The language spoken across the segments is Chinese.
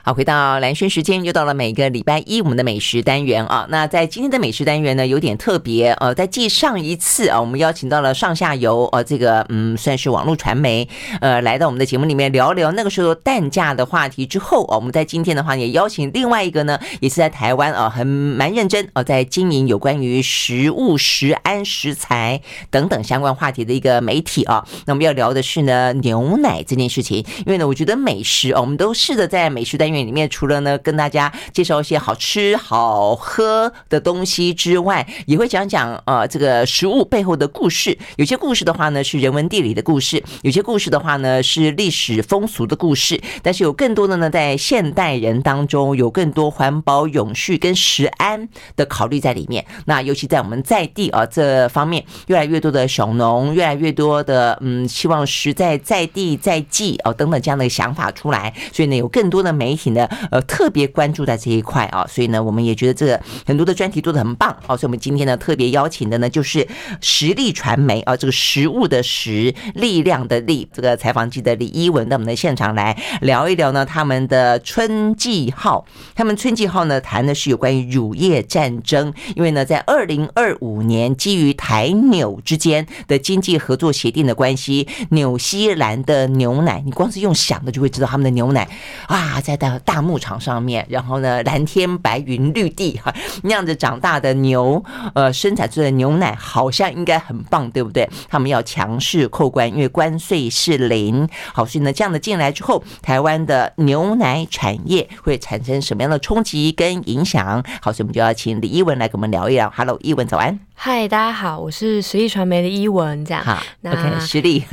好，回到蓝轩时间，又到了每个礼拜一我们的美食单元啊。那在今天的美食单元呢，有点特别，在继上一次啊，我们邀请到了上下游这个算是网络传媒来到我们的节目里面聊聊那个时候蛋价的话题之后我们在今天的话也邀请另外一个呢，也是在台湾蛮认真在经营有关于食物、食安、食材等等相关话题的一个媒体啊。那我们要聊的是呢牛奶这件事情，因为呢，我觉得美食我们都试着在美食单元里面，除了呢跟大家介绍一些好吃好喝的东西之外，也会讲讲这个食物背后的故事。有些故事的话呢是人文地理的故事，有些故事的话呢是历史风俗的故事，但是有更多的呢在现代人当中有更多环保永续跟食安的考虑在里面。那尤其在我们在地这方面，越来越多的小农，越来越多的希望实在在地在地等等这样的想法出来，所以呢有更多的媒体呢特别关注在这一块所以呢我们也觉得这个很多的专题做得很棒所以我们今天呢特别邀请的呢就是食力传媒这个食物的食，力量的力，这个采访记者李依文到我们的现场来聊一聊呢他们的春季号。他们春季号呢谈的是有关于乳业战争，因为呢在2025年基于台纽之间的经济合作协定的关系，纽西兰的牛奶，你光是用想的就会知道他们的牛奶在大牧场上面，然后呢蓝天白云绿地那样子长大的牛生产出的牛奶好像应该很棒，对不对？他们要强势扣关，因为关税是0。好，所以呢这样的进来之后，台湾的牛奶产业会产生什么样的冲击跟影响？好，所以我们就要请李依文来跟我们聊一聊。 Hello， 依文早安。 嗨，大家好，我是食力传媒的依文，这样。 好 ，OK， 实力。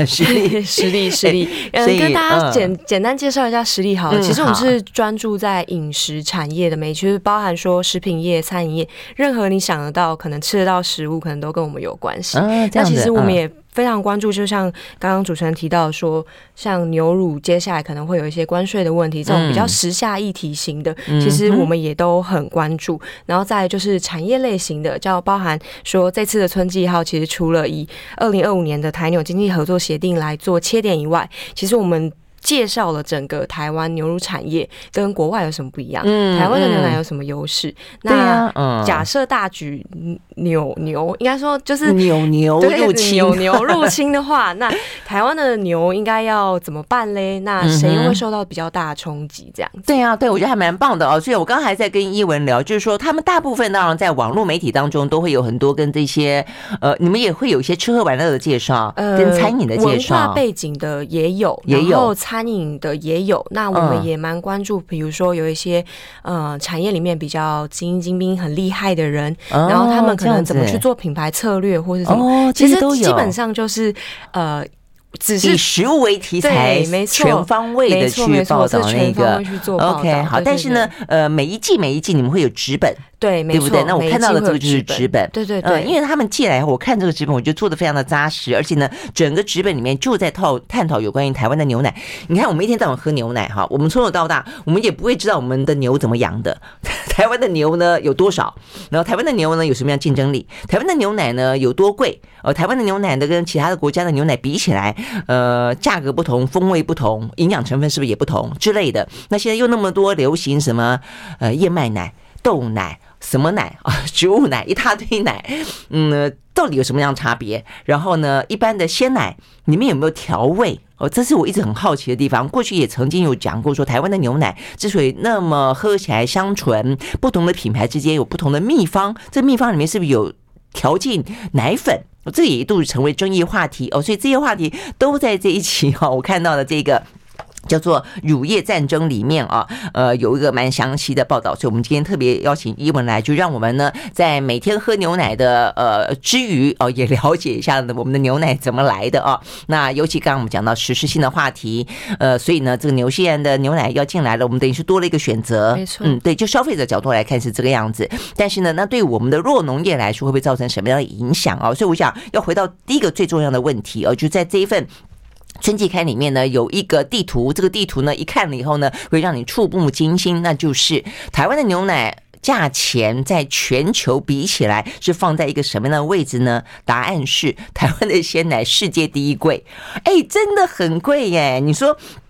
跟大家简单介绍一下实力好了。其实我们是专注在饮食产业的媒体，就是包含说食品业、餐饮业，任何你想得到可能吃得到食物，可能都跟我们有关系。那其实我们也非常关注，就像刚刚主持人提到说，像牛乳接下来可能会有一些关税的问题，这种比较时下议题型的，其实我们也都很关注。然后再来就是产业类型的，叫包含说这次的春季号，其实除了以2025年的台纽经济合作协定来做切点以外，其实我们介绍了整个台湾牛乳产业跟国外有什么不一样，台湾的牛奶有什么优势。那假设大举牛应该说就是牛入侵， 牛入侵的话，那台湾的牛应该要怎么办嘞？那谁会受到比较大的冲击？这样子。 对啊，对，我觉得还蛮棒的所以我刚刚还在跟依文聊，就是说他们大部分当然在网络媒体当中都会有很多跟这些你们也会有一些吃喝玩乐的介绍，跟餐饮的介绍， 文化背景的也有，然后餐饮的也有。那我们也蛮关注，比如说有一些产业里面比较精英精兵很厉害的人，然后他们可能怎么去做品牌策略或是什么，其实基本上就是只是以食物为题材， 没错， 全方位的去报道那个。 OK， 好，但是呢，每一季你们会有纸本。 对，没错， 对不对？那我看到的这个就是纸本， 对， 因为他们寄来，我看这个纸本，我觉得做的非常的扎实，而且呢，整个纸本里面就在探讨有关于台湾的牛奶。你看，我们一天到晚喝牛奶我们从小到大，我们也不会知道我们的牛怎么养的，台湾的牛呢有多少，然后台湾的牛呢有什么样竞争力，台湾的牛奶呢有多贵，台湾的牛奶呢跟其他的国家的牛奶比起来，价格不同，风味不同，营养成分是不是也不同之类的？那现在又那么多流行什么燕麦奶、豆奶。什么奶植物奶，一大堆奶，到底有什么样差别？然后呢，一般的鲜奶里面有没有调味？这是我一直很好奇的地方。过去也曾经有讲过说，台湾的牛奶之所以那么喝起来香醇，不同的品牌之间有不同的秘方，这秘方里面是不是有调进奶粉？这也一度成为争议话题所以这些话题都在这一期我看到的这个。叫做乳业战争里面有一个蛮详细的报道，所以我们今天特别邀请依文来，就让我们呢在每天喝牛奶的之余也了解一下我们的牛奶怎么来的那尤其刚刚我们讲到时事性的话题，所以呢这个纽西兰的牛奶要进来了，我们等于是多了一个选择， 没错， 对，就消费者角度来看是这个样子。但是呢，那对我们的弱农业来说，会不会造成什么样的影响所以我想要回到第一个最重要的问题就在这一份。春季刊里面呢有一个地图，这个地图呢一看了以后呢会让你触目惊心，那就是台湾的牛奶价钱在全球比起来是放在一个什么样的位置呢？答案是台湾的鲜奶世界第一贵，真的很贵耶！你说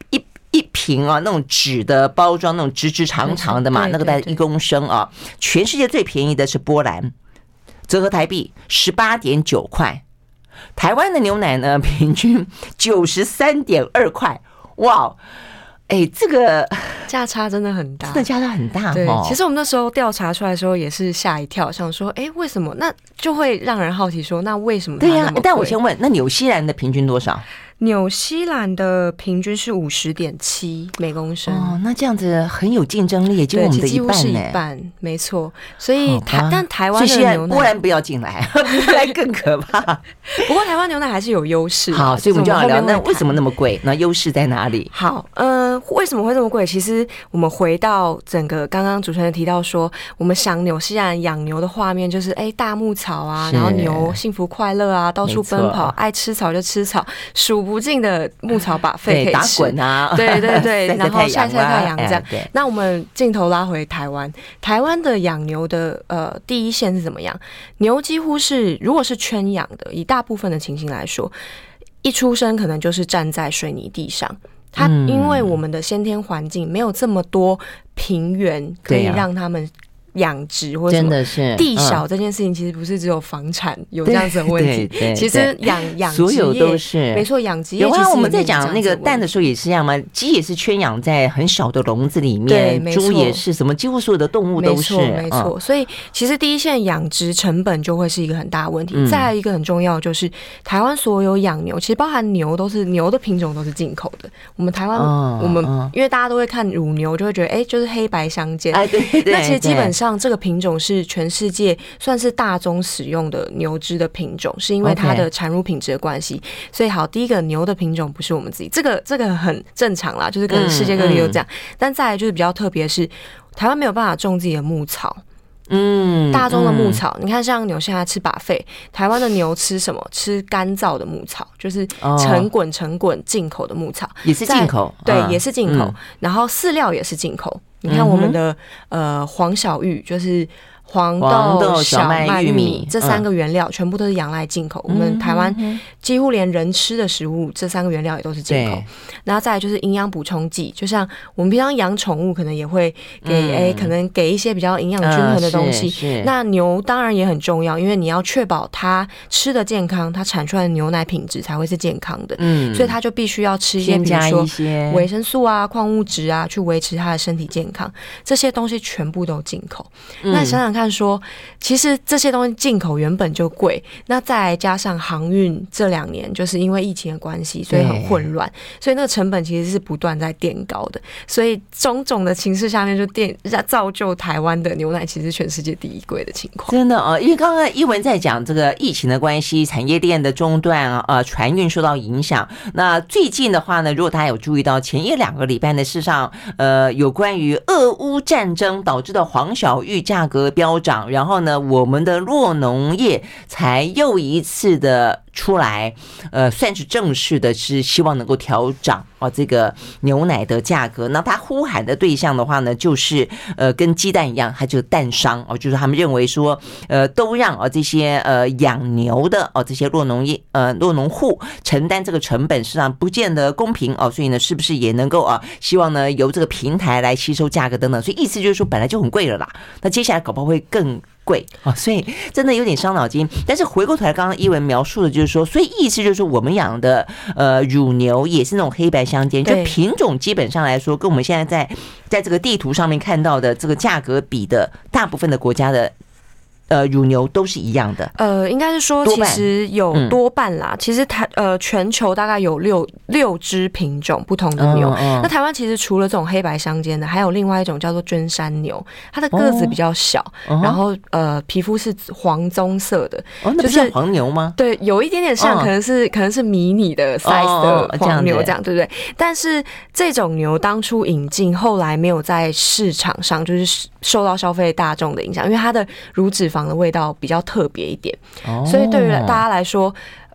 一瓶啊，那种纸的包装，那种直直长长的嘛，那个大概1公升啊。全世界最便宜的是波兰，折合台币18.9块。台湾的牛奶呢，平均93.2块。哇，这个价差真的很大， 真的价差很大。 对，其实我们那时候调查出来的时候也是吓一跳，想说，为什么？那就会让人好奇说，那为什么它那么贵？ 对呀，但我先问，那纽西兰的平均多少？ 纽西兰的平均是50.7每公升。 哦，那这样子很有竞争力，就我们的一半呢。 几乎是一半，没错。所以但台湾的牛奶， 波兰不要进来，波兰更可怕。 不过台湾牛奶还是有优势。 好，所以我们就要聊，那为什么那么贵？那优势在哪里？ 好，为什么会这么贵？其实我们回到整个刚刚主持人提到说，我们想纽西兰养牛的画面，就是大牧草啊，然后牛幸福快乐啊，到处奔跑，爱吃草就吃草，数不尽的牧草把费可以吃， 打滚啊， 对对对，然后晒太阳这样。那我们们镜头拉回台湾，台湾的养牛的第一线是怎么样？牛几乎是如果是圈养的，以大部分的情形来说，一出生可能就是站在水泥地上。它因为我们的先天环境没有这么多平原可以让他们养殖或者什么，真的是地小这件事情，其实不是只有房产有这样子的问题，其实养所有都是没错，养殖业。 有啊，我们在讲那个蛋的时候也是一样嘛，鸡也是圈养在很小的笼子里面，猪也是，什么几乎所有的动物都是， 没错。所以其实第一线养殖成本就会是一个很大的问题。再来一个很重要就是台湾所有养牛，其实包含牛都是牛的品种都是进口的。我们台湾我们因为大家都会看乳牛，就会觉得就是黑白相间，那其实基本上这个品种是全世界算是大宗使用的牛只的品种，是因为它的产乳品质的关系。所以好，第一个牛的品种不是我们自己，这个很正常啦，就是可能世界各地都这样。但再来就是比较特别的是，台湾没有办法种自己的牧草。大宗的牧草，你看像纽西兰吃把费，台湾的牛吃什么？吃干燥的牧草，就是成滚进口的牧草， 也是进口， 对，也是进口。然后饲料也是进口，你看我们的黄小玉就是黄豆、小麦、玉米这3个原料全部都是仰赖进口。我们台湾几乎连人吃的食物，这3个原料也都是进口。然后再来就是营养补充剂，就像我们平常养宠物，可能也会给可能给一些比较营养均衡的东西。那牛当然也很重要，因为你要确保它吃的健康，它产出来的牛奶品质才会是健康的。所以它就必须要吃一些，比如说维生素啊、矿物质啊，去维持它的身体健康。这些东西全部都进口。那想想看说，其实这些东西进口原本就贵，那再来加上航运这2年就是因为疫情的关系，所以很混乱，所以那个成本其实是不断在垫高的。所以种种的情势下面，就造就台湾的牛奶其实全世界第1贵的情况。 真的哦，因为刚刚一文在讲这个疫情的关系，产业链的中断船运受到影响。那最近的话呢，如果大家有注意到，前1-2个礼拜呢，事实上有关于俄乌战争导致的黄小玉价格飙涨，然后呢，我们的酪农业才又一次的出来，算是正式的，是希望能够调涨这个牛奶的价格。那他呼喊的对象的话呢，就是跟鸡蛋一样，他就是蛋商就是他们认为说，都让这些养牛的这些酪农户承担这个成本，实际上不见得公平所以呢，是不是也能够希望呢由这个平台来吸收价格等等。所以意思就是说，本来就很贵了啦，那接下来搞不好会更贵所以真的有点伤脑筋。但是回过头来，刚刚一文描述的就是说，所以意思就是说，我们养的乳牛也是那种黑白相间，就品种基本上来说，跟我们现在在这个地图上面看到的这个价格比的大部分的国家的乳牛都是一样的。 应该是说其实有多半啦。其实全球大概有六只品种不同的牛。那台湾其实除了这种黑白相间的，还有另外一种叫做君山牛，它的个子比较小，然后皮肤是黄棕色的。 那不是黄牛吗？ 对，有一点点像，可能是迷你的 size 的黄牛这样，对不对？但是这种牛当初引进，后来没有在市场上就是受到消费大众的影响，因为它的乳脂肪的味道比较特别一点，所以对于大家来说，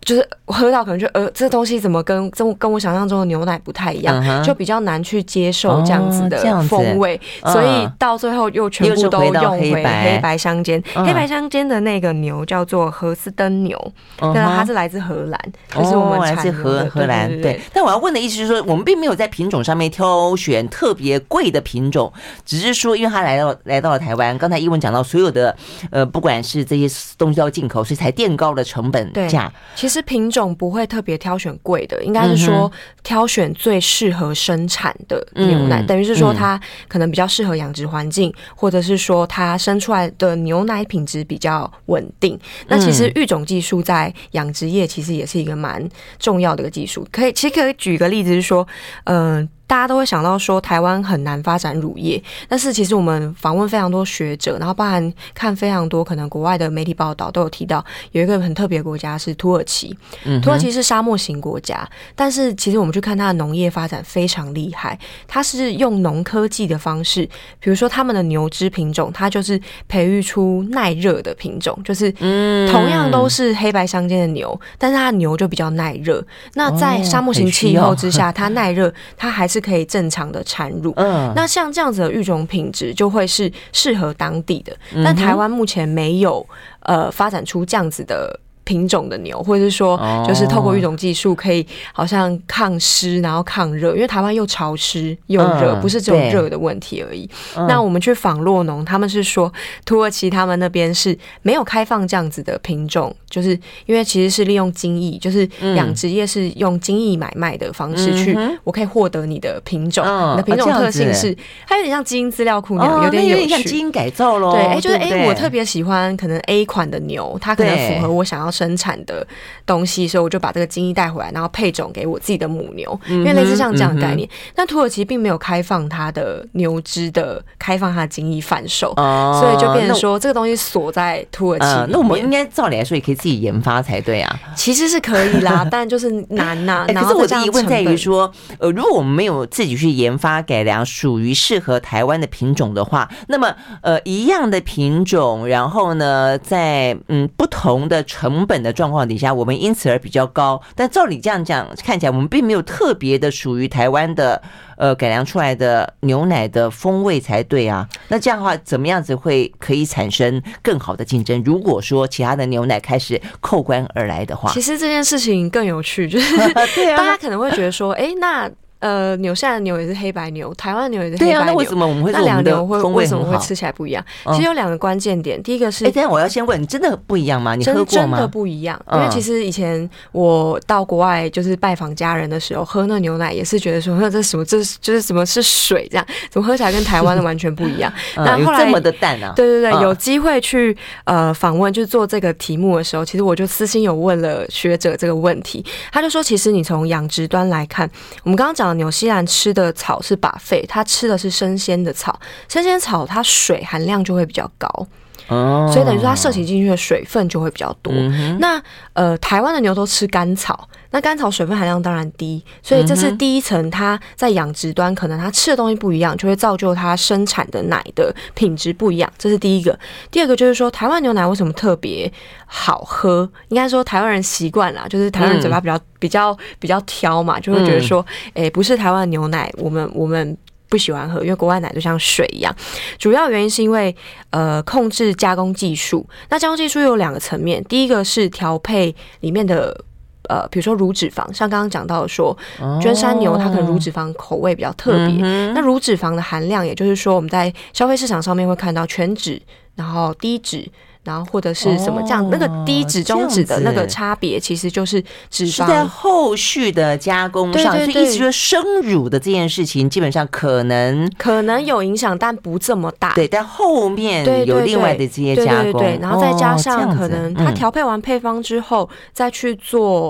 就是喝到可能就这东西怎么跟我想象中的牛奶不太一样，就比较难去接受这样子的风味，所以到最后又全部都用回黑白相间。黑白相间的那个牛叫做荷斯登牛，对，它是来自荷兰，就是我们来自荷兰。对，但我要问的意思是说，我们并没有在品种上面挑选特别贵的品种，只是说因为它来到了台湾，刚才一文讲到所有的不管是这些东西都要进口，所以才垫高了成本价。 其实品种不会特别挑选贵的，应该是说挑选最适合生产的牛奶，等于是说它可能比较适合养殖环境，或者是说它生出来的牛奶品质比较稳定。那其实育种技术在养殖业其实也是一个蛮重要的一个技术。其实可以举个例子是说，大家都会想到说台湾很难发展乳业，但是其实我们访问非常多学者，然后包含看非常多可能国外的媒体报道都有提到，有一个很特别的国家是土耳其。土耳其是沙漠型国家，但是其实我们去看它的农业发展非常厉害，它是用农科技的方式，比如说他们的牛只品种，它就是培育出耐热的品种，就是同样都是黑白相间的牛，但是它的牛就比较耐热。那在沙漠型气候之下，它耐热，它还是可以正常的产乳。那像这样子的育种品质就会是适合当地的，但台湾目前没有发展出这样子的品种的牛，或者是说就是透过育种技术可以好像抗湿然后抗热，因为台湾又潮湿又热，不是只有热的问题而已。那我们去访酪农，他们是说土耳其他们那边是没有开放这样子的品种，就是因为其实是利用精益，就是养殖业是用精益买卖的方式去我可以获得你的品种，你的品种特性是它有点像基因资料库那样，有点有趣， 像基因改造咯。 对，就是我特别喜欢可能 A 款的牛，它可能符合我想要生产的东西，所以我就把这个基因带回来，然后配种给我自己的母牛，因为类似像这样的概念。但土耳其并没有开放它的牛只的开放它的基因贩售，所以就变成说这个东西锁在土耳其里面。 那我们应该照理来说也可以自己研发才对啊。 其实是可以啦，但就是难呐。 可是我的疑问在于说，如果我们没有自己去研发改良属于适合台湾的品种的话，那么一样的品种，然后呢，在不同的成本的状况底下，我们因此而比较高。但照理这样讲，看起来我们并没有特别的属于台湾的改良出来的牛奶的风味才对啊。那这样的话，怎么样子可以产生更好的竞争？如果说其他的牛奶开始扣关而来的话， 其实这件事情更有趣，就是大家可能会觉得说，那纽西兰的牛也是黑白牛，台湾的牛也是黑白牛，对啊， 那为什么我们会说我们的风味为什么会吃起来不一样？其实有两个关键点，第一个是， 但我要先问，真的不一样吗？你喝过吗？ 真的不一样，因为其实以前我到国外就是拜访家人的时候，喝那牛奶也是觉得说，这什么，这就是什么是水这样，怎么喝起来跟台湾的完全不一样？那后来有这么的淡啊？ 对，有机会去访问，就是做这个题目的时候，其实我就私心有问了学者这个问题，他就说，其实你从养殖端来看，我们刚刚讲的纽西兰吃的草是把费，它吃的是生鲜的草，生鲜草它水含量就会比较高，所以等于说它摄取进去的水分就会比较多。那台湾的牛都吃甘草，那甘草水分含量当然低，所以这是第一层，它在养殖端可能它吃的东西不一样，就会造就它生产的奶的品质不一样，这是第一个。第二个就是说，台湾牛奶为什么特别好喝？应该说台湾人习惯啦，就是台湾人嘴巴比较挑嘛，就会觉得说，不是台湾的牛奶，我们不喜欢喝，因为国外奶就像水一样。主要原因是因为控制加工技术。那加工技术有两个层面，第一个是调配里面的比如说乳脂肪，像刚刚讲到的说，娟山牛它可能乳脂肪口味比较特别。那乳脂肪的含量，也就是说我们在消费市场上面会看到全脂，然后低脂，然后或者是什么这样，那个低脂中脂的那个差别，其实就是脂肪是在后续的加工上，所以意思说生乳的这件事情基本上可能有影响，但不这么大。 对，但后面有另外的这些加工， 对，然后再加上可能它调配完配方之后，再去做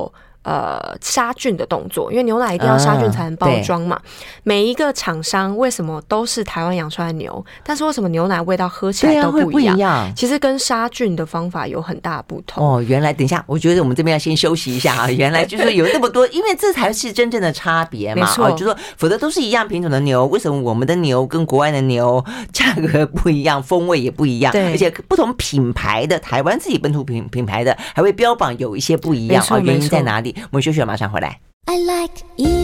杀菌的动作，因为牛奶一定要杀菌才能包装嘛。每一个厂商为什么都是台湾养出来的牛，但是为什么牛奶味道喝起来都不一样？其实跟杀菌的方法有很大的不同。 原来等一下，我觉得我们这边要先休息一下啊。原来就是有那么多，因为这才是真正的差别嘛。就说否则都是一样品种的牛，为什么我们的牛跟国外的牛价格不一样，风味也不一样，而且不同品牌的台湾自己本土品牌的还会标榜有一些不一样原因在哪里？我们休息了，马上回来。I like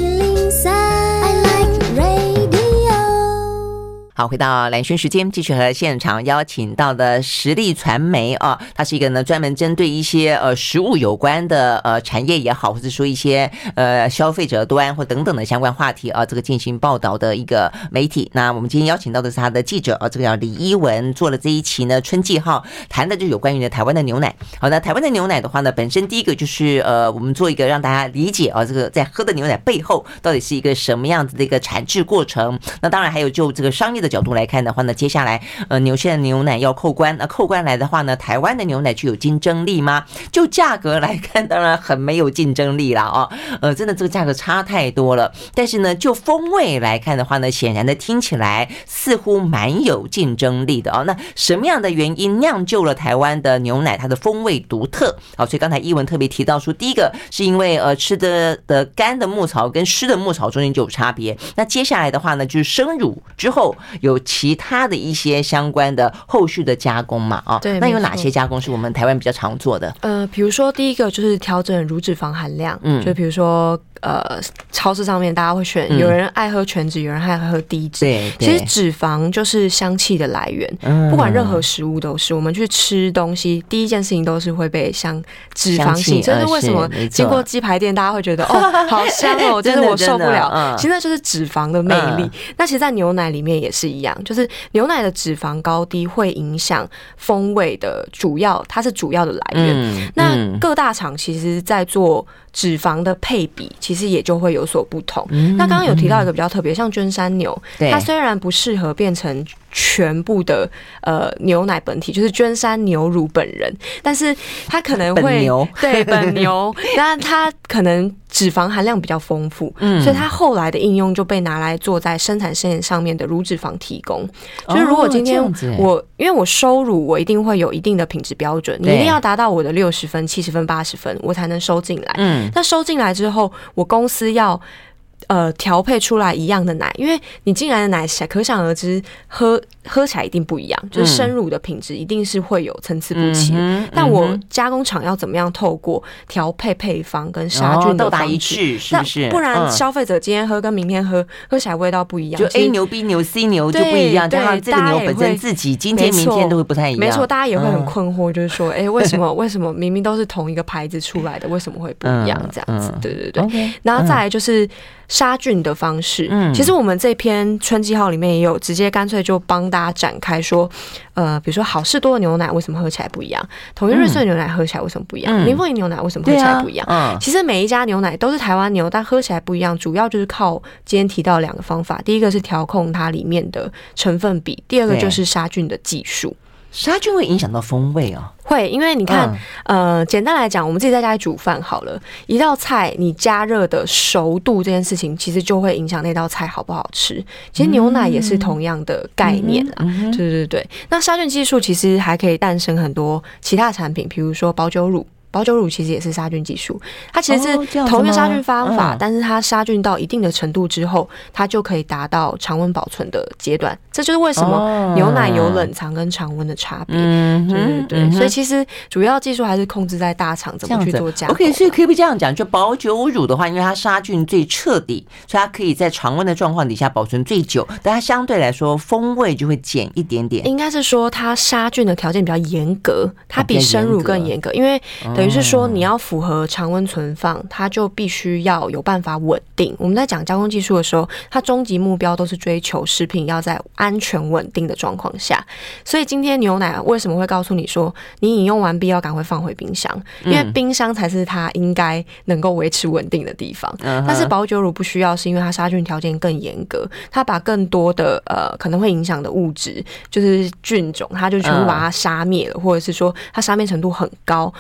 103, I like radio。好，回到蓝轩时间，继续和现场邀请到的实力传媒啊，它是一个呢专门针对一些食物有关的产业也好，或者说一些消费者端或等等的相关话题啊，这个进行报道的一个媒体。那我们今天邀请到的是他的记者啊，这个叫李依文，做了这一期呢春季号，谈的就有关于呢台湾的牛奶。好，那台湾的牛奶的话呢，本身第一个就是我们做一个让大家理解啊，这个在喝的牛奶背后到底是一个什么样子的一个产制过程。那当然还有就这个商业的角度来看的话呢，接下来现在牛奶要扣关，那扣关来的话呢，台湾的牛奶具有竞争力吗？就价格来看，当然很没有竞争力啦真的这个价格差太多了。但是呢，就风味来看的话呢，显然的听起来似乎蛮有竞争力的那什么样的原因酿就了台湾的牛奶它的风味独特？所以刚才依文特别提到说，第一个是因为吃的干的牧草跟湿的牧草中间就有差别。那接下来的话呢，就是生乳之后有其他的一些相关的后续的加工嘛对， 那有哪些加工是我们台湾比较常做的？ 比如说第一个就是调整乳脂肪含量，就比如说超市上面大家会选，有人爱喝全脂，有人爱喝低脂。 对， 其实脂肪就是香气的来源，不管任何食物都是。我们去吃东西，第一件事情都是会被脂肪吸。这是为什么经过鸡排店，大家会觉得好香就是我受不了。其实那就是脂肪的魅力。那其实，在牛奶里面也是一样，就是牛奶的脂肪高低会影响风味的它是主要的来源。那各大厂其实在做脂肪的配比，其实也就会有所不同。那刚刚有提到一个比较特别，像娟山牛，它虽然不适合变成全部的牛奶本体，就是娟山牛乳本人，但是它可能会本牛，那它可能脂肪含量比较丰富，所以它后来的应用就被拿来做在生产线上面的乳脂肪提供。就是如果今天因为我收乳，我一定会有一定的品质标准，你一定要达到我的60分、70分、80分，我才能收进来。那收进来之后，我公司要调配出来一样的奶，因为你进来的奶可想而知喝起来一定不一样，就是生乳的品质一定是会有参差不齐。但我加工厂要怎么样透过调配配方跟杀菌的方式， 到达一致，是不是？ 不然消费者今天喝跟明天喝起来味道不一样， 就 A 牛 B 牛 C 牛就不一样，加上这个牛本身自己今天明天都会不太一样。 没错，大家也会很困惑，就是说为什么明明都是同一个牌子出来的，为什么会不一样这样子？对。然后再来就是杀菌的方式，其实我们这篇春季号里面也有直接干脆就帮大家展开说，比如说好事多的牛奶为什么喝起来不一样，统一瑞穗牛奶喝起来为什么不一样，林凤营牛奶为什么喝起来不一样？其实每一家牛奶都是台湾牛，但喝起来不一样，主要就是靠今天提到2个方法，第一个是调控它里面的成分比，第二个就是杀菌的技术。 杀菌会影响到风味会，因为你看，简单来讲，我们自己在家里煮饭好了，一道菜你加热的熟度这件事情，其实就会影响那道菜好不好吃。其实牛奶也是同样的概念啦，对。那杀菌技术其实还可以诞生很多其他产品，比如说保酒乳。保酒乳其实也是杀菌技术，它其实是同一个杀菌方法，但是它杀菌到一定的程度之后，它就可以达到常温保存的阶段。这就是为什么牛奶有冷藏跟常温的差别。对，所以其实主要技术还是控制在大厂怎么去做加工。 OK， 所以可以不这样讲，就保酒乳的话，因为它杀菌最彻底，所以它可以在常温的状况底下保存最久，但它相对来说风味就会减一点点。 应该是说它杀菌的条件比较严格，它比生乳更严格，因为等于是说你要符合常温存放，它就必须要有办法稳定。我们在讲加工技术的时候，它终极目标都是追求食品要在安全稳定的状况下。所以今天牛奶为什么会告诉你说你饮用完毕要赶快放回冰箱，因为冰箱才是它应该能够维持稳定的地方。但是保酒乳不需要，是因为它杀菌条件更严格，它把更多的可能会影响的物质，就是菌种，它就全部把它杀灭了，或者是说它杀灭程度很高，所以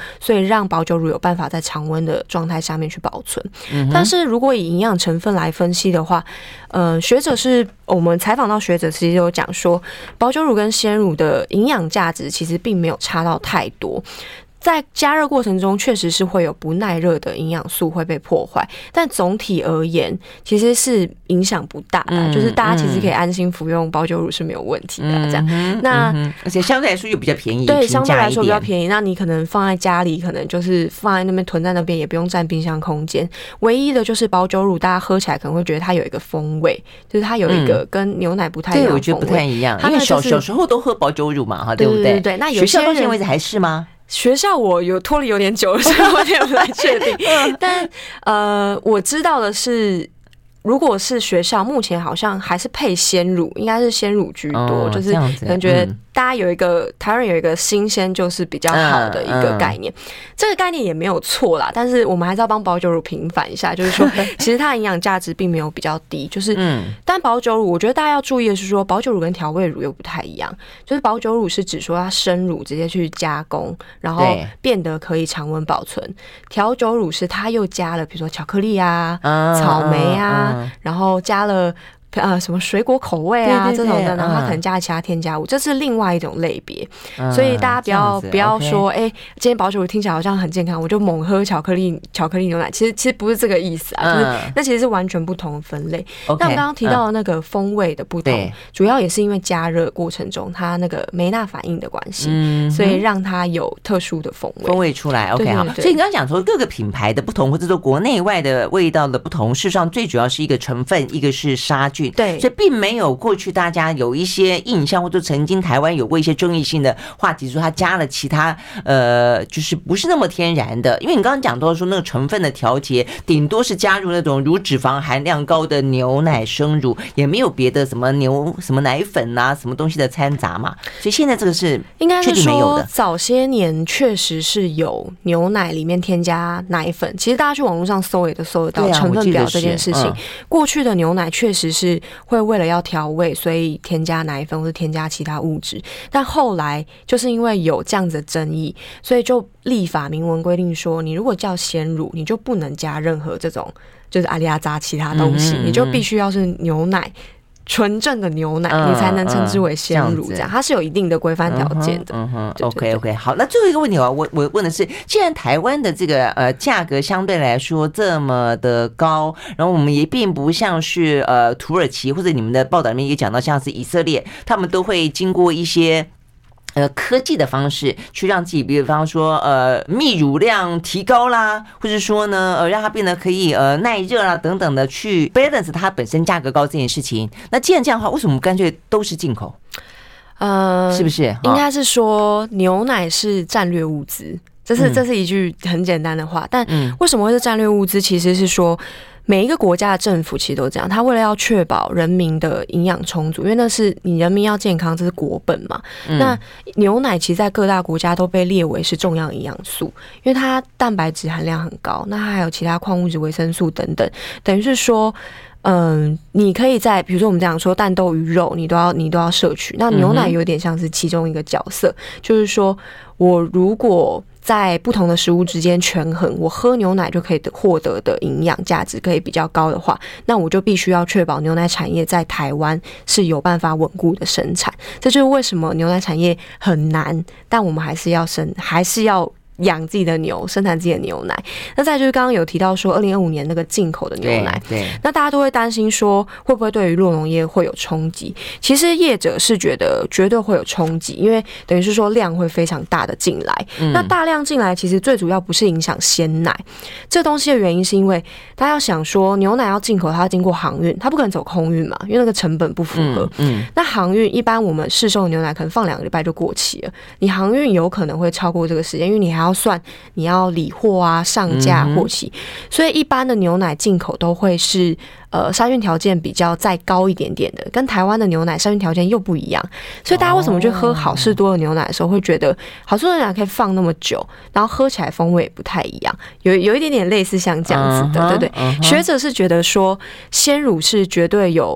让保久乳有办法在常温的状态下面去保存。但是如果以营养成分来分析的话，我们采访到学者，其实有讲说，保久乳跟鲜乳的营养价值其实并没有差到太多。在加热过程中，确实是会有不耐热的营养素会被破坏，但总体而言，其实是影响不大的，就是大家其实可以安心服用保久乳是没有问题的。这样，那而且相对来说又比较便宜， 对，相对来说比较便宜。那你可能放在家里，可能就是放在那边囤在那边，也不用占冰箱空间。唯一的就是保久乳，大家喝起来可能会觉得它有一个风味，就是它有一个跟牛奶不太一样的风味。 对，我觉得不太一样，因为小时候都喝保久乳嘛，哈，对不对？ 对，那有些学校到现在为止还是吗？ 学校我脱离有点久了，所以我有点不太确定。但我知道的是，如果是学校，目前好像还是配鲜乳，应该是鲜乳居多，就是可能觉得大家台湾人有一个新鲜就是比较好的一个概念，这个概念也没有错啦。但是我们还是要帮保久乳平反一下，就是说，其实它的营养价值并没有比较低，就是但保久乳，我觉得大家要注意的是说，保久乳跟调味乳又不太一样，就是保久乳是指说它生乳直接去加工，然后变得可以常温保存；调酒乳是它又加了比如说巧克力啊、草莓啊，然后加了什么水果口味啊这种的，然后它可能加了其他添加物，这是另外一种类别。所以大家不要说，今天保久乳听起来好像很健康，我就猛喝巧克力牛奶，其实不是这个意思啊，就是那其实是完全不同的分类。那我们刚刚提到的那个风味的不同，主要也是因为加热过程中它那个梅纳反应的关系，所以让它有特殊的风味出来。OK， 好，所以你刚刚讲说各个品牌的不同，或者说国内外的味道的不同，事实上最主要是一个成分，一个是杀菌。 对， 所以并没有过去大家有一些印象，或者曾经台湾有过一些争议性的话题，说它加了其他就是不是那么天然的。因为你刚刚讲到说那个成分的调节，顶多是加入那种乳脂肪含量高的牛奶生乳，也没有别的什么奶粉啊什么东西的掺杂嘛。所以现在这个是应该是说早些年确实是有牛奶里面添加奶粉，其实大家去网络上搜也都搜得到成分表这件事情。过去的牛奶确实是会为了要调味，所以添加奶粉或者添加其他物质，但后来就是因为有这样子的争议，所以就立法明文规定说，你如果叫鲜乳，你就不能加任何这种就是阿里阿扎其他东西，你就必须要是牛奶。纯正的牛奶，你才能称之为鲜乳，这样它是有一定的规范条件的。 OK， 好，那最后一个问题我问的是，既然台湾的这个价格相对来说这么的高，然后我们也并不像是土耳其或者你们的报道里面也讲到，像是以色列，他们都会经过一些。科技的方式去让自己，比方说泌乳量提高啦，或者说呢让它变得可以耐热啦等等的，去 balance 它本身价格高这件事情。那既然这样的话，为什么干脆都是进口？是不是？ 应该是说牛奶是战略物资，这是一句很简单的话。但为什么会是战略物资？其实是说。每一个国家的政府其实都这样，他为了要确保人民的营养充足，因为那是你人民要健康，这是国本嘛。那牛奶其实在各大国家都被列为是重要营养素，因为它蛋白质含量很高，那它还有其他矿物质、维生素等等，等于是说。你可以在比如说我们讲说蛋豆鱼肉，你都要摄取。那牛奶有点像是其中一个角色，就是说我如果在不同的食物之间权衡，我喝牛奶就可以获得的营养价值可以比较高的话，那我就必须要确保牛奶产业在台湾是有办法稳固的生产。这就是为什么牛奶产业很难，但我们还是要养自己的牛，生产自己的牛奶。那再就是刚刚有提到说2025年那个进口的牛奶，对，那大家都会担心说会不会对于酪农业会有冲击？其实业者是觉得绝对会有冲击，因为等于是说量会非常大的进来。那大量进来其实最主要不是影响鲜奶这东西的原因，是因为大家要想说牛奶要进口，它要经过航运，它不可能走空运嘛，因为那个成本不符合。那航运一般我们市售的牛奶可能放2个礼拜就过期了，你航运有可能会超过这个时间，因为你还要算你要理货啊、上架、货期，所以一般的牛奶进口都会是杀菌条件比较再高一点点的，跟台湾的牛奶杀菌条件又不一样。所以大家为什么去喝好事多的牛奶的时候会觉得好事多的牛奶可以放那么久，然后喝起来风味也不太一样，有一点点类似像这样子的，对不对？学者是觉得说鲜乳是绝对有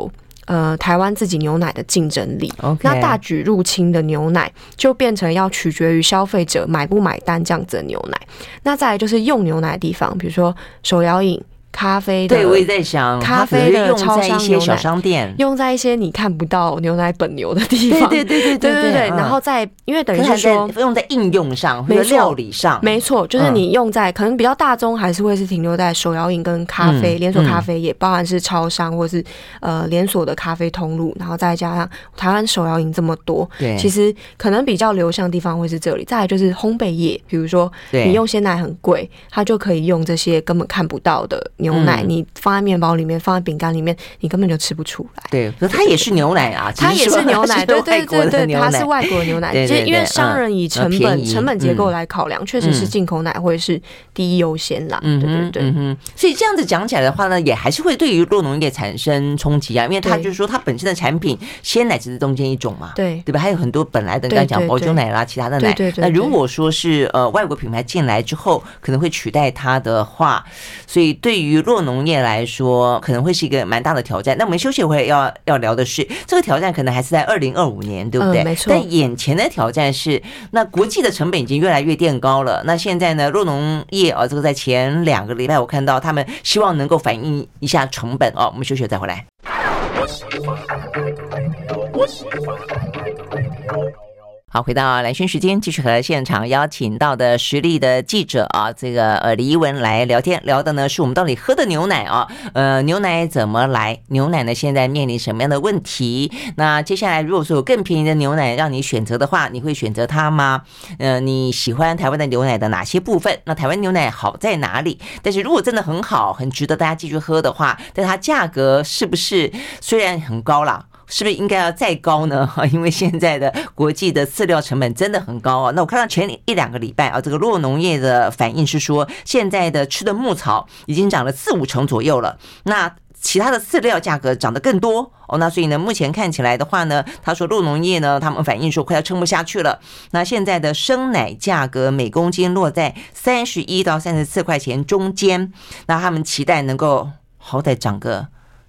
台湾自己牛奶的竞争力。那大举入侵的牛奶就变成要取决于消费者买不买单这样子的牛奶。那再来就是用牛奶的地方，比如说手摇饮、咖啡的， 对，我也在想， 咖啡的超商牛奶， 小商店， 用在一些你看不到牛奶本牛的地方， 对， 然后在因为等于是说用在应用上或者料理上， 没错，就是你用在可能比较大宗，还是会是停留在手摇饮跟咖啡，连锁咖啡也包含是超商或是连锁的咖啡通路，然后再加上台湾手摇饮这么多，对，其实可能比较流向的地方会是这里。再来就是烘焙业，比如说你用鲜奶很贵，它就可以用这些根本看不到的牛奶，你放在面包里面，放在饼干里面，你根本就吃不出来。 对，可是它也是牛奶啊， 它也是牛奶，对，它是外国的牛奶。其实因为商人以成本结构来考量，确实是进口奶会是第一优先啦。对。 所以这样子讲起来的话呢，也还是会对于酪农业产生冲击啊，因为它就是说它本身的产品，鲜奶只是中间一种嘛，对吧？还有很多本来的，刚才讲保酒奶啦，其他的奶。那如果说是外国品牌进来之后，可能会取代它的话，所以对于酪农业来说，可能会是一个蛮大的挑战。那我们休息会要聊的是，这个挑战可能还是在2025年，对不对？ 没错。 但眼前的挑战是，那国际的成本已经越来越垫高了。那现在呢，酪农业这个在前2个礼拜我看到他们希望能够反映一下成本我们休息再回来。好，回到蓝轩时间，继续和现场邀请到的实力的记者这个李怡文来聊天，聊的呢是我们到底喝的牛奶牛奶怎么来？牛奶呢现在面临什么样的问题？那接下来如果说有更便宜的牛奶让你选择的话，你会选择它吗？你喜欢台湾的牛奶的哪些部分？那台湾牛奶好在哪里？但是如果真的很好，很值得大家继续喝的话，但它价格是不是虽然很高啦？是不是应该要再高呢？因为现在的国际的饲料成本真的很高那我看到前1-2个礼拜这个酪农业的反应是说，现在的吃的牧草已经涨了4-5成左右了。那其他的饲料价格涨得更多那所以呢，目前看起来的话呢，他说酪农业呢，他们反映说快要撑不下去了。那现在的生奶价格每公斤落在31到34块钱中间，那他们期待能够好歹涨个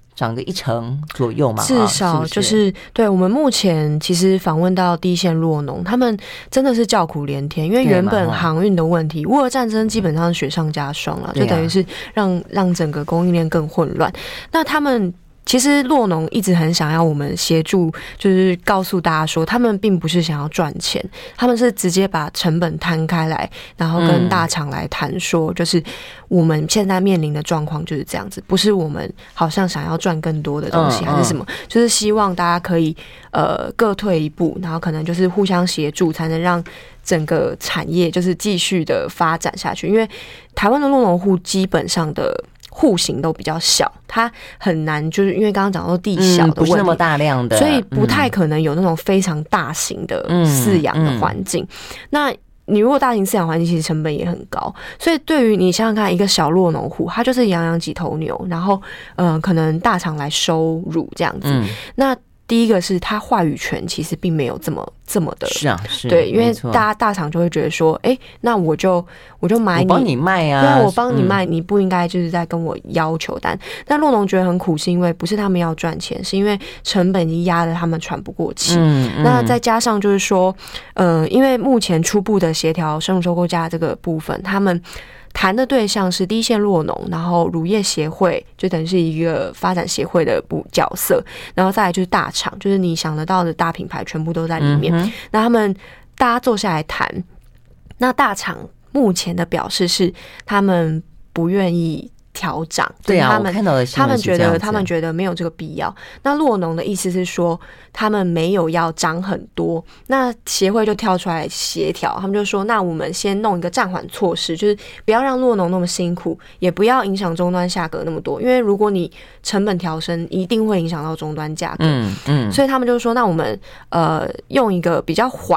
1成左右嘛， 至少就是对。我们目前其实访问到第一线酪农，他们真的是叫苦连天，因为原本航运的问题，乌俄战争基本上是雪上加霜了，就等于是让整个供应链更混乱。那他们其实酪农一直很想要我们协助，就是告诉大家说，他们并不是想要赚钱，他们是直接把成本摊开来，然后跟大厂来谈说，就是我们现在面临的状况就是这样子，不是我们好像想要赚更多的东西还是什么，就是希望大家可以各退一步，然后可能就是互相协助，才能让整个产业就是继续的发展下去。因为台湾的酪农户基本上的户型都比较小，它很难，就是因为刚刚讲到地小的问题， 不是那么大量的， 所以不太可能有那种非常大型的饲养的环境。那你如果大型饲养环境，其实成本也很高，所以对于你想想看，一个小酪农户，他就是养几头牛，然后可能大厂来收乳这样子，那第一个是他话语权其实并没有这么的， 是对，因为大厂就会觉得说，那我就买你， 我帮你卖啊， 对，我帮你卖，你不应该就是在跟我要求单。但酪农觉得很苦，是因为不是他们要赚钱，是因为成本已经压得他们喘不过气。那再加上就是说，因为目前初步的协调生乳收购价这个部分，他们谈的对象是第一线酪农，然后乳业协会就等于是一个发展协会的角色，然后再来就是大厂，就是你想得到的大品牌全部都在里面。那他们大家坐下来谈，那大厂目前的表示是他们不愿意调涨， 对啊，我看到的新闻是这样子， 他们觉得没有这个必要。那酪农的意思是说，他们没有要涨很多，那协会就跳出来协调，他们就说，那我们先弄一个暂缓措施，就是不要让酪农那么辛苦，也不要影响终端价格那么多，因为如果你成本调升，一定会影响到终端价格。所以他们就说，那我们用一个比较缓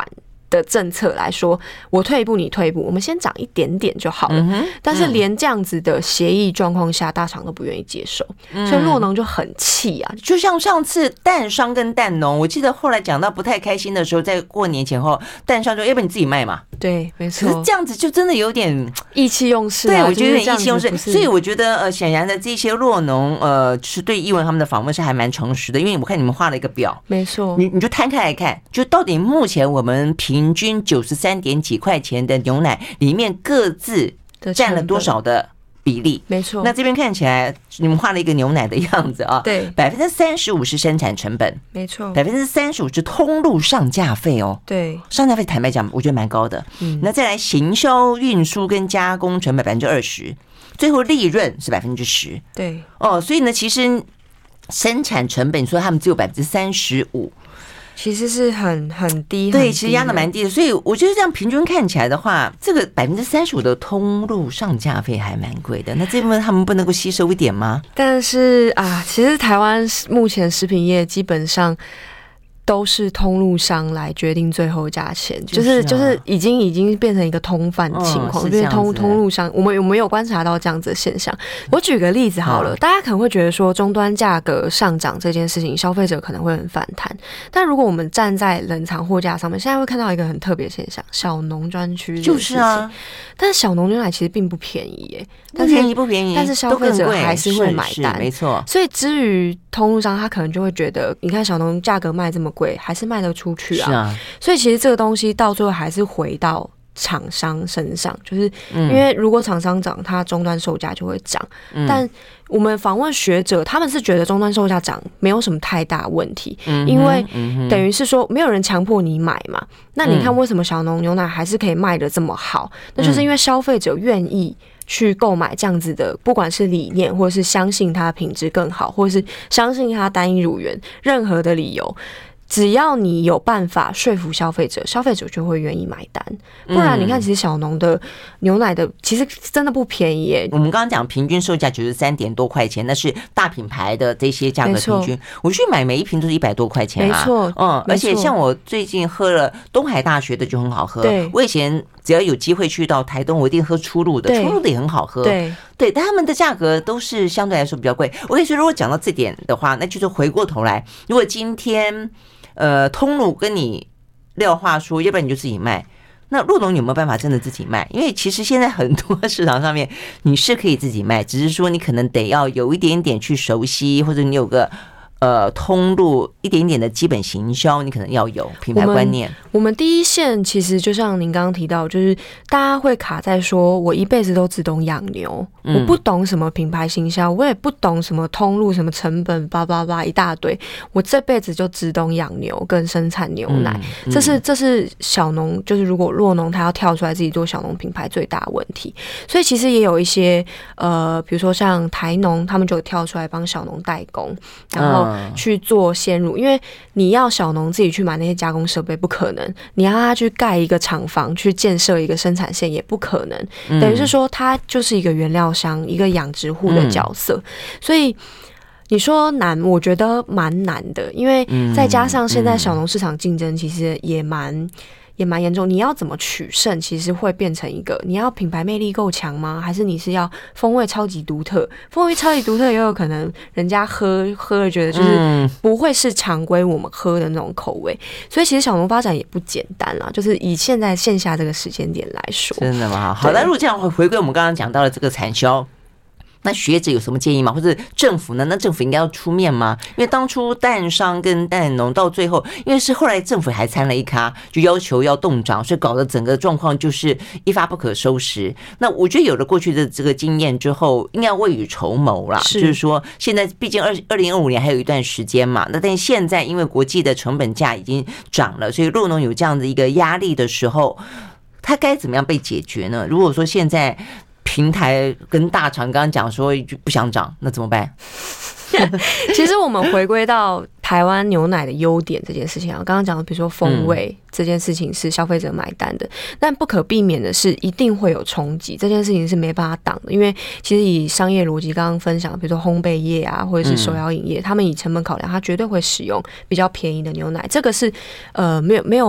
的政策来说，我退一步你退一步，我们先涨一点点就好了。但是连这样子的协议状况下，大厂都不愿意接受，所以酪农就很气啊。 就像上次蛋商跟蛋农，我记得后来讲到不太开心的时候，在过年前后，蛋商说要不然你自己卖嘛。 对，没错。 可是这样子就真的有点意气用事。 对，我觉得有点意气用事。所以我觉得显然的这些酪农是对艺文他们的访问是还蛮诚实的，因为我看你们画了一个表， 没错， 你就摊开来看，就到底目前我们平均93点几块钱的牛奶里面各自占了多少的比例？ 没错。 那这边看起来你们画了一个牛奶的样子啊， 对 ，35%是生产成本， 没错 ，35%是通路上架费哦， 对， 上架费坦白讲我觉得蛮高的。那再来行销、运输跟加工成本20%，最后利润是10%， 对哦，所以呢，其实生产成本你说他们只有35%。 其实是很低， 对，其实压的蛮低的，所以我觉得这样平均看起来的话，这个35%的通路上架费还蛮贵的。那这部分他们不能够吸收一点吗？ 但是啊，其实台湾目前食品业基本上都是通路商来决定最后价钱，就是已经变成一个通贩情况，变成通路商。我们有观察到这样子的现象。我举个例子好了，大家可能会觉得说终端价格上涨这件事情，消费者可能会很反弹。但如果我们站在冷藏货架上面，现在会看到一个很特别的现象：小农专区就是啊。 但是小农牛奶其实并不便宜耶， 不便宜， 但是消费者还是会买单， 没错。 所以至于通路商，他可能就会觉得，你看小农价格卖这么贵，还是卖得出去啊？ 是啊。 所以其实这个东西到最后还是回到厂商身上，就是因为如果厂商涨，它终端售价就会涨。但我们访问学者，他们是觉得终端售价涨没有什么太大问题，因为等于是说没有人强迫你买嘛。那你看为什么小农牛奶还是可以卖得这么好？那就是因为消费者愿意去购买这样子的，不管是理念，或者是相信它品质更好，或者是相信它单一乳源，任何的理由。只要你有办法说服消费者，消费者就会愿意买单。不然你看，其实小农的牛奶的其实真的不便宜耶。 我们刚刚讲平均售价93点多块钱，那是大品牌的这些价格平均。我去买每一瓶都是100多块钱啊。 没错， 而且像我最近喝了东海大学的就很好喝。 对， 我以前只要有机会去到台东，我一定喝初鹿的，初鹿的也很好喝。 对， 但他们的价格都是相对来说比较贵。我跟你说，如果讲到这点的话，那就是回过头来，如果今天通路跟你撂话说，要不然你就自己卖。那鹿农有没有办法真的自己卖？因为其实现在很多市场上面你是可以自己卖，只是说你可能得要有一点点去熟悉，或者你有个通路一点点的基本行销，你可能要有品牌观念。 我们第一线其实就像您刚刚提到，就是大家会卡在说，我一辈子都只懂养牛，我不懂什么品牌行销，我也不懂什么通路、什么成本，叭叭叭一大堆，我这辈子就只懂养牛跟生产牛奶。这是小农，就是如果酪农他要跳出来自己做小农品牌最大的问题。所以其实也有一些比如说像台农，他们就跳出来帮小农代工，然后去做鲜乳，因为你要小农自己去买那些加工设备不可能，你要他去盖一个厂房，去建设一个生产线也不可能，等于是说他就是一个原料商，一个养殖户的角色，所以你说难，我觉得蛮难的，因为再加上现在小农市场竞争其实也蛮严重，你要怎么取胜，其实会变成一个，你要品牌魅力够强吗？还是你是要风味超级独特？风味超级独特也有可能人家喝了觉得就是不会是常规我们喝的那种口味，所以其实小农发展也不简单啦，就是以现在线下这个时间点来说。 真的吗？好的，如果这样回归我们刚刚讲到的这个产销，那学者有什么建议吗？或者政府呢？那政府应该要出面吗？因为当初蛋商跟蛋农到最后，因为是后来政府还参了一咖，就要求要冻涨，所以搞得整个状况就是一发不可收拾。那我觉得有了过去的这个经验之后，应该要未雨绸缪啦。就是说，现在毕竟2025年还有一段时间嘛，那但现在因为国际的成本价已经涨了，所以酪农有这样的一个压力的时候，它该怎么样被解决呢？如果说现在平台跟大厂刚刚讲说不想涨，那怎么办？ 其实我们回归到台湾牛奶的优点这件事情啊，刚刚讲的比如说风味这件事情是消费者买单的，但不可避免的是一定会有冲击，这件事情是没办法挡的，因为其实以商业逻辑刚刚分享，比如说烘焙业啊，或者是手摇饮业，他们以成本考量，他绝对会使用比较便宜的牛奶，这个是没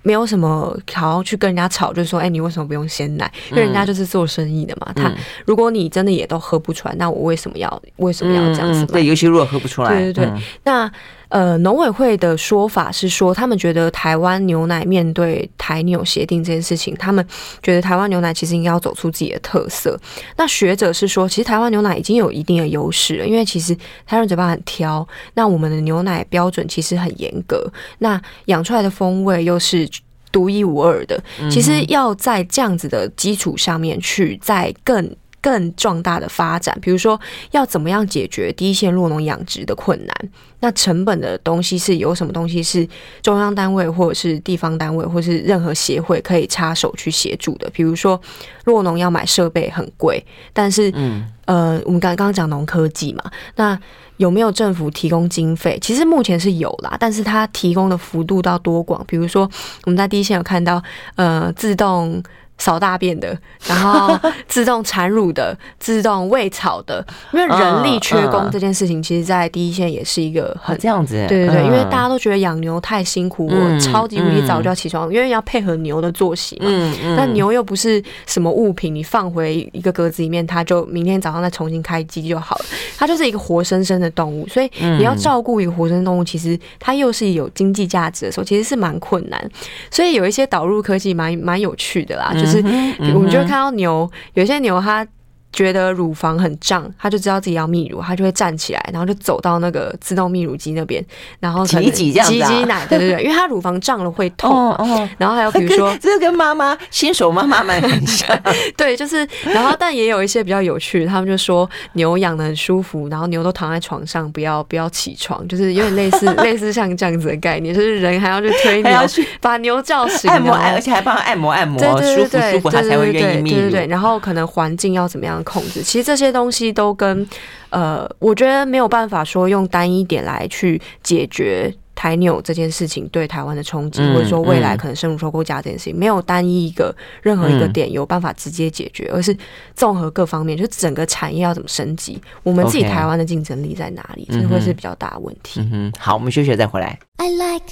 没有什么好像去跟人家吵，就是说，你为什么不用鲜奶？因为人家就是做生意的嘛。如果你真的也都喝不出来，那我为什么要这样子？ 对，尤其如果喝不出来， 对。那农委会的说法是说，他们觉得台湾牛奶面对台纽协定这件事情，他们觉得台湾牛奶其实应该要走出自己的特色。那学者是说，其实台湾牛奶已经有一定的优势了，因为其实台湾人嘴巴很挑，那我们的牛奶标准其实很严格，那养出来的风味又是独一无二的。其实要在这样子的基础上面去再更壮大的发展，比如说要怎么样解决第一线酪农养殖的困难，那成本的东西是有什么东西是中央单位或者是地方单位或是任何协会可以插手去协助的。比如说酪农要买设备很贵，但是我们刚刚讲农科技嘛，那有没有政府提供经费？其实目前是有啦，但是它提供的幅度到多广？比如说我们在第一线有看到自动扫大便的，然后自动产乳的，自动喂草的，因为人力缺工这件事情，其实在第一线也是一个很这样子。 对，因为大家都觉得养牛太辛苦，我超级无敌早就要起床，因为要配合牛的作息嘛。那牛又不是什么物品，你放回一个格子里面，它就明天早上再重新开机就好了。它就是一个活生生的动物，所以你要照顾一个活生生动物，其实它又是有经济价值的时候，其实是蛮困难。所以有一些导入科技蛮有趣的啦，就是我们就会看到牛，有些牛它觉得乳房很胀，他就知道自己要泌乳，他就会站起来，然后就走到那个自动泌乳机那边，然后挤这样子挤奶，对，因为他乳房胀了会痛。然后还有比如说， 这跟新手妈妈们很像。 对，就是，然后但也有一些比较有趣的，他们就说牛养得很舒服，然后牛都躺在床上，不要起床，就是有点类似像这样子的概念，就是人还要去推牛，把牛叫醒， 按摩，而且还帮他按摩，舒服，他才会愿意泌乳。 对，然后可能环境要怎么样控制，其实这些东西都跟我觉得没有办法说用单一点来去解决台纽这件事情对台湾的冲击，或者说未来可能生乳收购价这件事情，没有单一任何一个点有办法直接解决，而是综合各方面，就是整个产业要怎么升级，我们自己台湾的竞争力在哪里，这会是比较大的问题。 好，我们休息了再回来。I like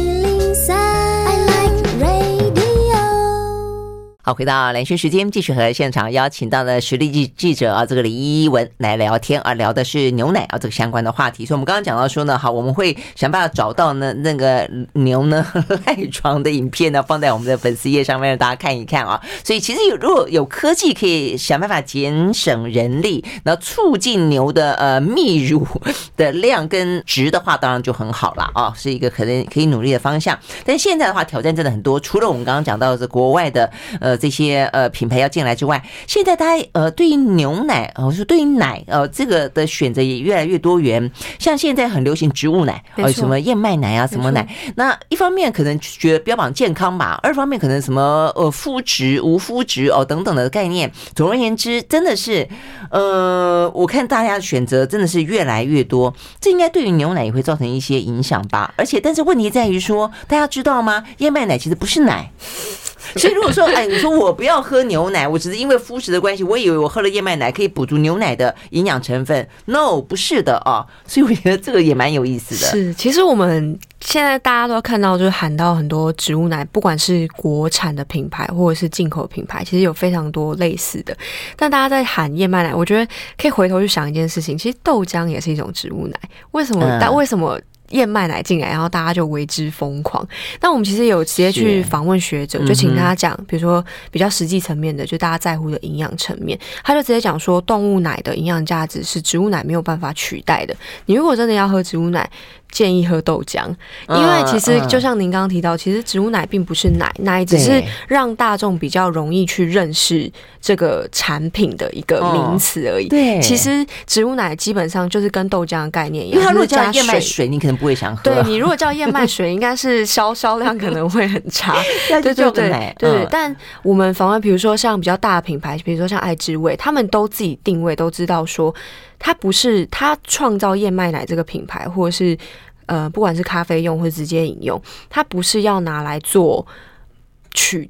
103, I like radio。好，回到蓝轩时间，继续和现场邀请到了实力记者这个李一文来聊天聊的是牛奶这个相关的话题。所以我们刚刚讲到说呢，好，我们会想办法找到那个牛呢赖床的影片呢，放在我们的粉丝页上面让大家看一看啊。所以其实如果有科技可以想办法减省人力，然后促进牛的泌乳的量跟值的话，当然就很好了啊，是一个可能可以努力的方向。但现在的话，挑战真的很多，除了我们刚刚讲到的国外的这些品牌要进来之外，现在大家对于牛奶说对于奶这个的选择也越来越多元，像现在很流行植物奶，什么燕麦奶啊什么奶，那一方面可能觉得标榜健康吧，二方面可能什么肤质无肤质等等的概念。总而言之，真的是我看大家的选择真的是越来越多，这应该对于牛奶也会造成一些影响吧。而且但是问题在于说，大家知道吗？燕麦奶其实不是奶。所以如果说你说我不要喝牛奶，我只是因为肤质的关系，我以为我喝了燕麦奶可以补足牛奶的营养成分， No， 不是的啊。所以我觉得这个也蛮有意思的。 是，其实我们现在大家都看到，就是喊到很多植物奶，不管是国产的品牌或者是进口品牌，其实有非常多类似的。但大家在喊燕麦奶，我觉得可以回头去想一件事情，其实豆浆也是一种植物奶，为什么燕麦奶进来，然后大家就为之疯狂？那我们其实有直接去访问学者，就请他讲，比如说比较实际层面的，就大家在乎的营养层面，他就直接讲说，动物奶的营养价值是植物奶没有办法取代的。你如果真的要喝植物奶，建议喝豆浆，因为其实就像您刚刚提到，其实植物奶并不是奶只是让大众比较容易去认识这个产品的一个名词而已。 对， 其实植物奶基本上就是跟豆浆的概念一样， 因为它如果叫燕麦水，你可能不会想喝。 对，你如果叫燕麦水，应该是销量可能会很差。对，但我们访问，比如说像比较大的品牌，比如说像爱之味，他们都自己定位，都知道说，它不是它创造燕麦奶这个品牌，或者是不管是咖啡用或者直接饮用，它不是要拿来做取代，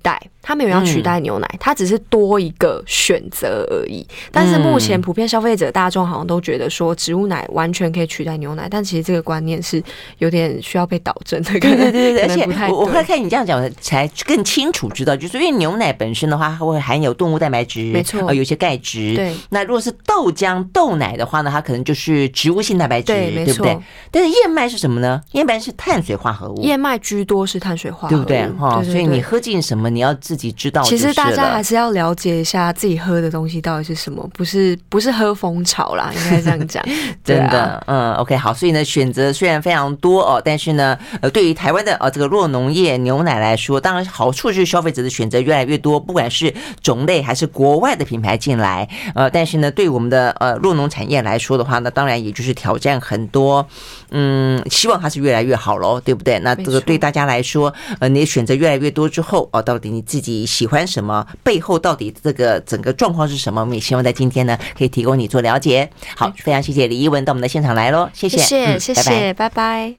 它没有要取代牛奶，它只是多一个选择而已。但是目前普遍消费者大众好像都觉得说植物奶完全可以取代牛奶，但其实这个观念是有点需要被导正的。 对，而且我会看你这样讲才更清楚知道，就是因为牛奶本身的话，它会含有动物蛋白质， 没错， 有些钙质。 对， 那如果是豆浆、豆奶的话呢，它可能就是植物性蛋白质，对不对？但是燕麦是什么呢？燕麦是碳水化合物， 燕麦居多是碳水化合物， 对不对？所以你喝进什么，你要自己知道。 其实大家还是要了解一下自己喝的东西到底是什么，不是喝蜂巢啦，应该这样讲。 真的，OK， 好，所以呢，选择虽然非常多但是呢，对于台湾的这个酪农业牛奶来说，当然好处就是消费者的选择越来越多，不管是种类还是国外的品牌进来，但是呢，对我们的酪农产业来说的话呢，当然也就是挑战很多，希望它是越来越好咯，对不对？那这个对大家来说，你的选择越来越多之后，到底你自己喜欢什么，背后到底这个整个状况是什么，我们也希望在今天呢可以提供你做了解。好，非常谢谢李一文到我们的现场来咯，谢谢， 拜拜。